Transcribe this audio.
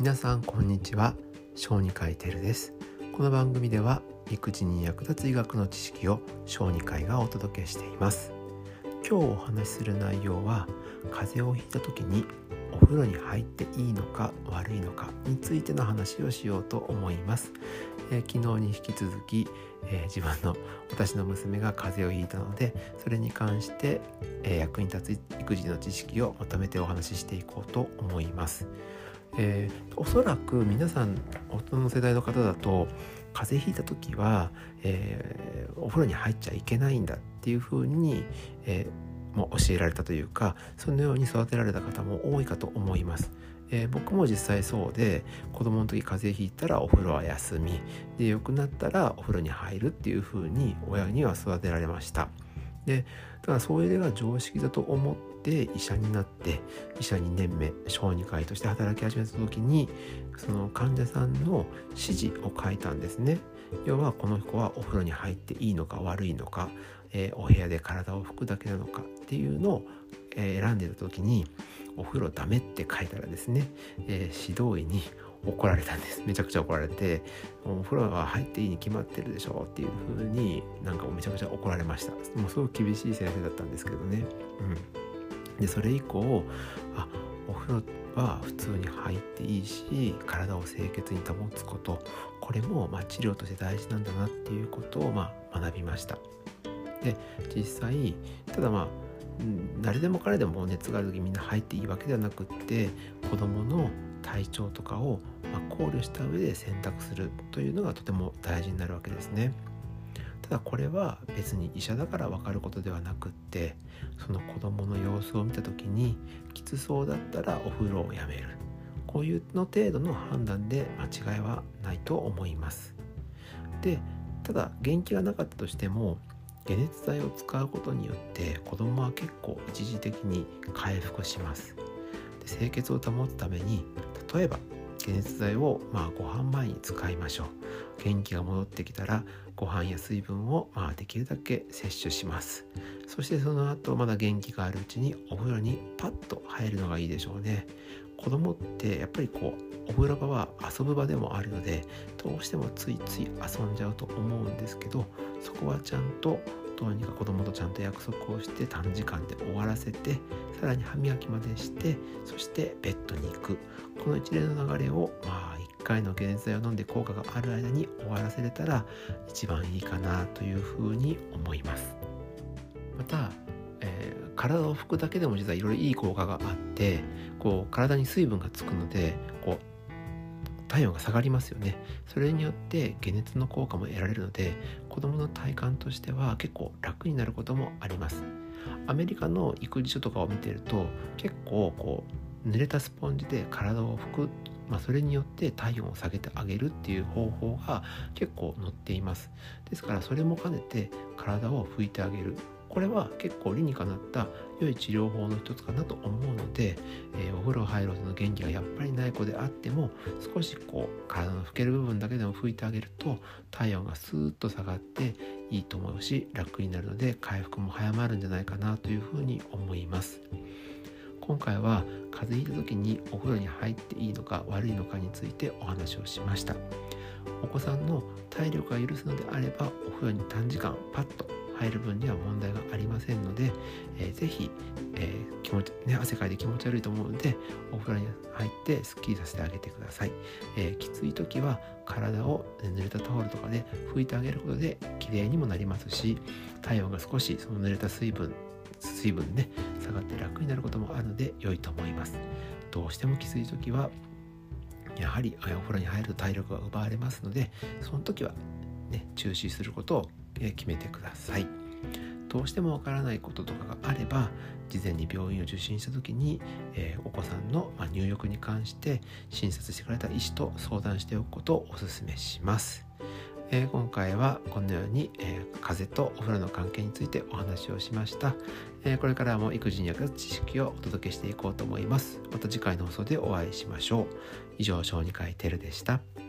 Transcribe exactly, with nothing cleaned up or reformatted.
皆さんこんにちは。小児科医テルです。この番組では育児に役立つ医学の知識を小児科医がお届けしています。今日お話しする内容は、風邪をひいた時にお風呂に入っていいのか悪いのかについての話をしようと思います。えー、昨日に引き続き、えー、自分の私の娘が風邪をひいたので、それに関して、えー、役に立つ育児の知識をまとめてお話ししていこうと思います。えー、おそらく皆さん大人の世代の方だと、風邪ひいた時は、えー、お風呂に入っちゃいけないんだっていう風に、えー、もう教えられたというか、そのように育てられた方も多いかと思います。えー、僕も実際そうで、子供の時風邪ひいたらお風呂は休みで、良くなったらお風呂に入るっていう風に親には育てられました。で、だからそれが常識だと思って医者になって、医者にねんめ小児科医として働き始めた時に、その患者さんの指示を書いたんですね。要は、この子はお風呂に入っていいのか悪いのか、えー、お部屋で体を拭くだけなのかっていうのを、えー、選んでいる時に、お風呂ダメって書いたらですね、えー、指導医に怒られたんです。めちゃくちゃ怒られて、お風呂は入っていいに決まってるでしょっていう風に、なんかめちゃくちゃ怒られました。もうすごく厳しい先生だったんですけどね。うん。で、それ以降、あ、お風呂は普通に入っていいし、体を清潔に保つこと、これもまあ治療として大事なんだなっていうことをまあ学びました。で、実際、ただまあ誰でも彼でも熱がある時みんな入っていいわけではなくって、子どもの体調とかを考慮した上で選択するというのがとても大事になるわけですね。ただこれは別に医者だから分かることではなくって、その子どもの様子を見た時にきつそうだったらお風呂をやめる、こういうの程度の判断で間違いはないと思います。で、ただ元気がなかったとしても、解熱剤を使うことによって子どもは結構一時的に回復します。で、清潔を保つために、例えば解熱剤をまあご飯前に使いましょう。元気が戻ってきたらご飯や水分をまあできるだけ摂取します。そしてその後まだ元気があるうちにお風呂にパッと入るのがいいでしょうね。子供ってやっぱりこうお風呂場は遊ぶ場でもあるので、どうしてもついつい遊んじゃうと思うんですけど、そこはちゃんとどうにか子供とちゃんと約束をして短時間で終わらせて、さらに歯磨きまでして、そしてベッドに行く、この一連の流れをまあいっかいの解熱剤を飲んで効果がある間に終わらせれたら一番いいかなというふうに思います。また、えー、体を拭くだけでも実はいろいろいい効果があって、こう体に水分がつくので、こう体温が下がりますよね。それによって解熱の効果も得られるので、子どもの体感としては結構楽になることもあります。アメリカの育児書とかを見ていると、結構こう濡れたスポンジで体を拭く、まあ、それによって体温を下げてあげるっていう方法が結構載っています。ですからそれも兼ねて体を拭いてあげる、これは結構理にかなった良い治療法の一つかなと思うので、えー、お風呂入ろうとの元気がやっぱりない子であっても、少しこう体の拭ける部分だけでも拭いてあげると体温がスーッと下がっていいと思うし、楽になるので回復も早まるんじゃないかなというふうに思います。今回は風邪ひいた時にお風呂に入っていいのか悪いのかについてお話をしました。お子さんの体力が許すのであれば、お風呂に短時間パッと入る分には問題がありませんので、えー、ぜひ、えー、気持ち、ね、汗かいて気持ち悪いと思うので、お風呂に入ってスッキリさせてあげてください。えー、きつい時は体を濡れたタオルとかで拭いてあげることできれいにもなりますし、体温が少しその濡れた水分水分ね下がって楽になることもあるので良いと思います。どうしてもきつい時はやはりお風呂に入ると体力が奪われますので、その時は、ね、中止することを決めてください。どうしてもわからないこととかがあれば、事前に病院を受診した時に、えー、お子さんの、まあ、入浴に関して診察してくれた医師と相談しておくことをお勧めします。えー、今回はこのように、えー、風邪とお風呂の関係についてお話をしました。えー、これからも育児に役立つ知識をお届けしていこうと思います。また次回の放送でお会いしましょう。以上、小児科医テルでした。